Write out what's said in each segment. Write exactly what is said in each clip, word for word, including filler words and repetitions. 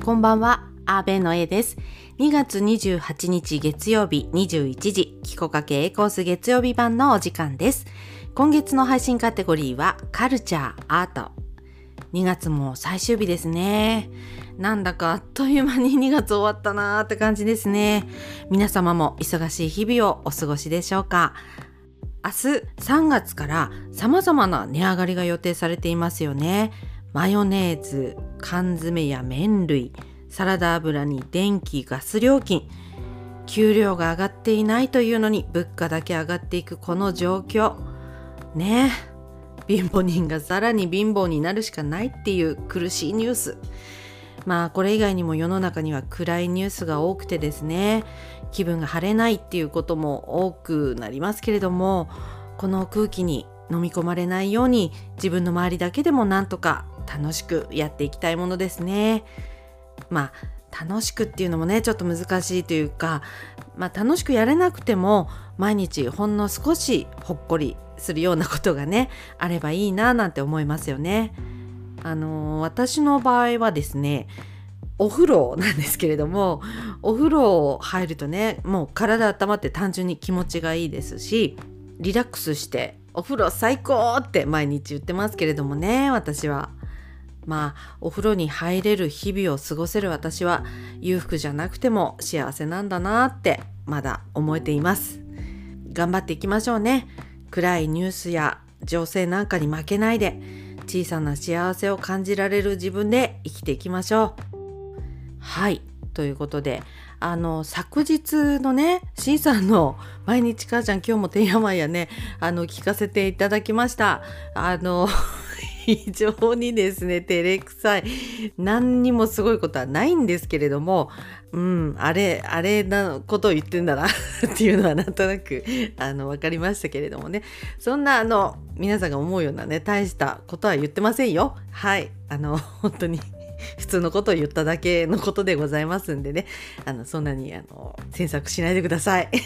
こんばんは、阿部の A です。にがつにじゅうはちにち月曜日にじゅういちじ、キコかけ A コース月曜日版のお時間です。今月の配信カテゴリーはカルチャー、アート。にがつも最終日ですね。なんだかあっという間ににがつ終わったなーって感じですね。皆様も忙しい日々をお過ごしでしょうか。明日さんがつから様々な値上がりが予定されていますよね。マヨネーズ、缶詰や麺類、サラダ油に電気、ガス料金、給料が上がっていないというのに物価だけ上がっていくこの状況ね。貧乏人がさらに貧乏になるしかないっていう苦しいニュース。まあこれ以外にも世の中には暗いニュースが多くてですね、気分が晴れないっていうことも多くなりますけれども、この空気に飲み込まれないように自分の周りだけでもなんとか楽しくやっていきたいものですね。まあ楽しくっていうのもねちょっと難しいというか、まあ楽しくやれなくても毎日ほんの少しほっこりするようなことがねあればいいななんて思いますよね。あの私の場合はですね、お風呂なんですけれども、お風呂入るとねもう体温まって単純に気持ちがいいですし、リラックスしてお風呂最高って毎日言ってますけれどもね、私はまあお風呂に入れる日々を過ごせる私は裕福じゃなくても幸せなんだなってまだ思えています。頑張っていきましょうね。暗いニュースや情勢なんかに負けないで、小さな幸せを感じられる自分で生きていきましょう。はい、ということで、あの昨日のね、しんさんの毎日母ちゃん今日もてんやわんやね、あの聞かせていただきました。あの非常にですね照れくさい、何にもすごいことはないんですけれども、うんあれあれなことを言ってんだなっていうのはなんとなくあの分かりましたけれどもね、そんなあの皆さんが思うようなね大したことは言ってませんよ。はい、あの本当に普通のことを言っただけのことでございますんでね、あのそんなにあの詮索しないでください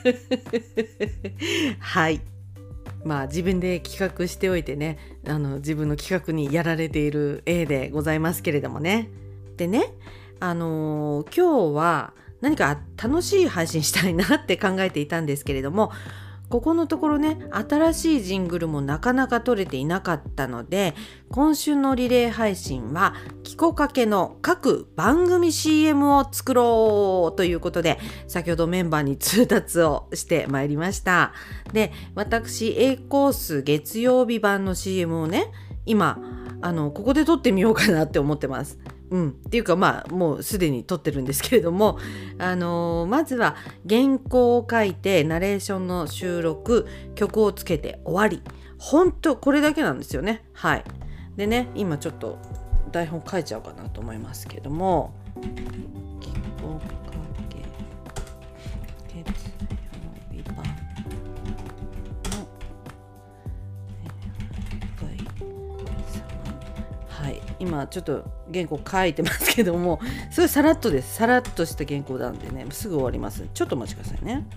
はい、まあ自分で企画しておいてね、あの自分の企画にやられている A でございますけれどもね。でね、あのー、今日は何か楽しい配信したいなって考えていたんですけれども、ここのところね新しいジングルもなかなか取れていなかったので、今週のリレー配信はキコかけの各番組 シーエム を作ろうということで、先ほどメンバーに通達をしてまいりました。で、私 A コース月曜日版の シーエム をね今あのここで撮ってみようかなって思ってます。うん、っていうかまあもうすでに撮ってるんですけれども、あのー、まずは原稿を書いてナレーションの収録、曲をつけて終わり、ほんとこれだけなんですよね。はい。でね、今ちょっと台本書いちゃおうかなと思いますけども、キコかけ月曜日版のはい、今ちょっと原稿書いてますけども、すごいさらっとです。さらっとした原稿なんでね、すぐ終わります。ちょっとお待ちくださいね。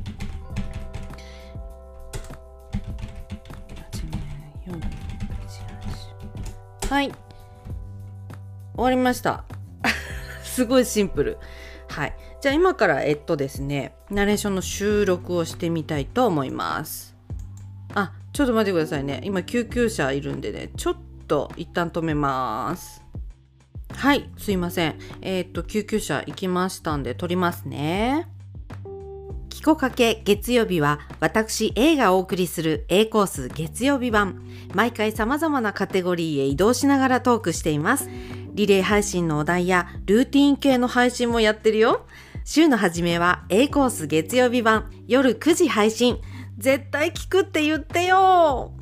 はい、終わりましたすごいシンプル。はい、じゃあ今からえっとですねナレーションの収録をしてみたいと思います。あ、ちょっと待ってくださいね。今救急車いるんでね、ちょっと一旦止めます。はい、すいません。えー、っと救急車行きましたんで撮りますね。キコかけ月曜日は私 A がお送りする A コース月曜日版。毎回様々なカテゴリーへ移動しながらトークしています。リレー配信のお題やルーティン系の配信もやってるよ。週の初めは A コース月曜日版、夜くじ配信。絶対聞くって言ってよ。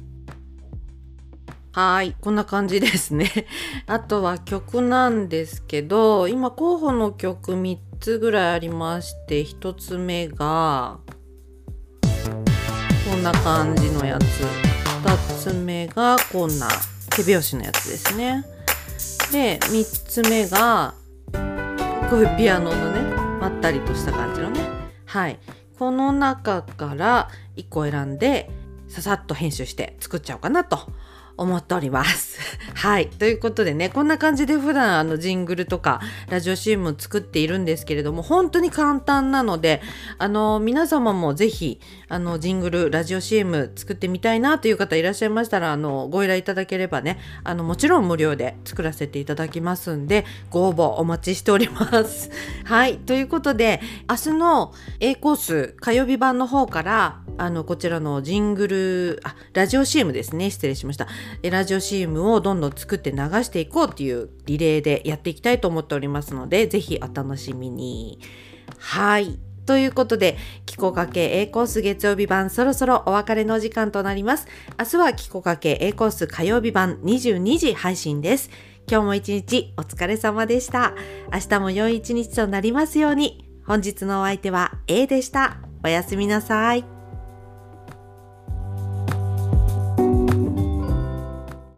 はい、こんな感じですね。あとは曲なんですけど、今候補の曲みっつぐらいありまして、ひとつめがこんな感じのやつ、ふたつめがこんな手拍子のやつですね。でみっつめがこういうピアノのねまったりとした感じのね、はい、この中からいっこ選んでささっと編集して作っちゃおうかなと思っております。はい。ということでね、こんな感じで普段あのジングルとかラジオ シーエム を作っているんですけれども、本当に簡単なので、あの、皆様もぜひ、あの、ジングル、ラジオ シーエム 作ってみたいなという方いらっしゃいましたら、あの、ご依頼いただければね、あの、もちろん無料で作らせていただきますんで、ご応募お待ちしております。はい。ということで、明日の A コース火曜日版の方から、あの、こちらのジングル、あ、ラジオ シーエム ですね。失礼しました。ラジオ シーエム をどんどん作って流していこうっていうリレーでやっていきたいと思っておりますので、ぜひお楽しみに。はい。ということで、キコかけ A コース月曜日版、そろそろお別れのお時間となります。明日はキコかけ A コース火曜日版にじゅうにじ配信です。今日も一日お疲れ様でした。明日も良い一日となりますように。本日のお相手は A でした。おやすみなさい。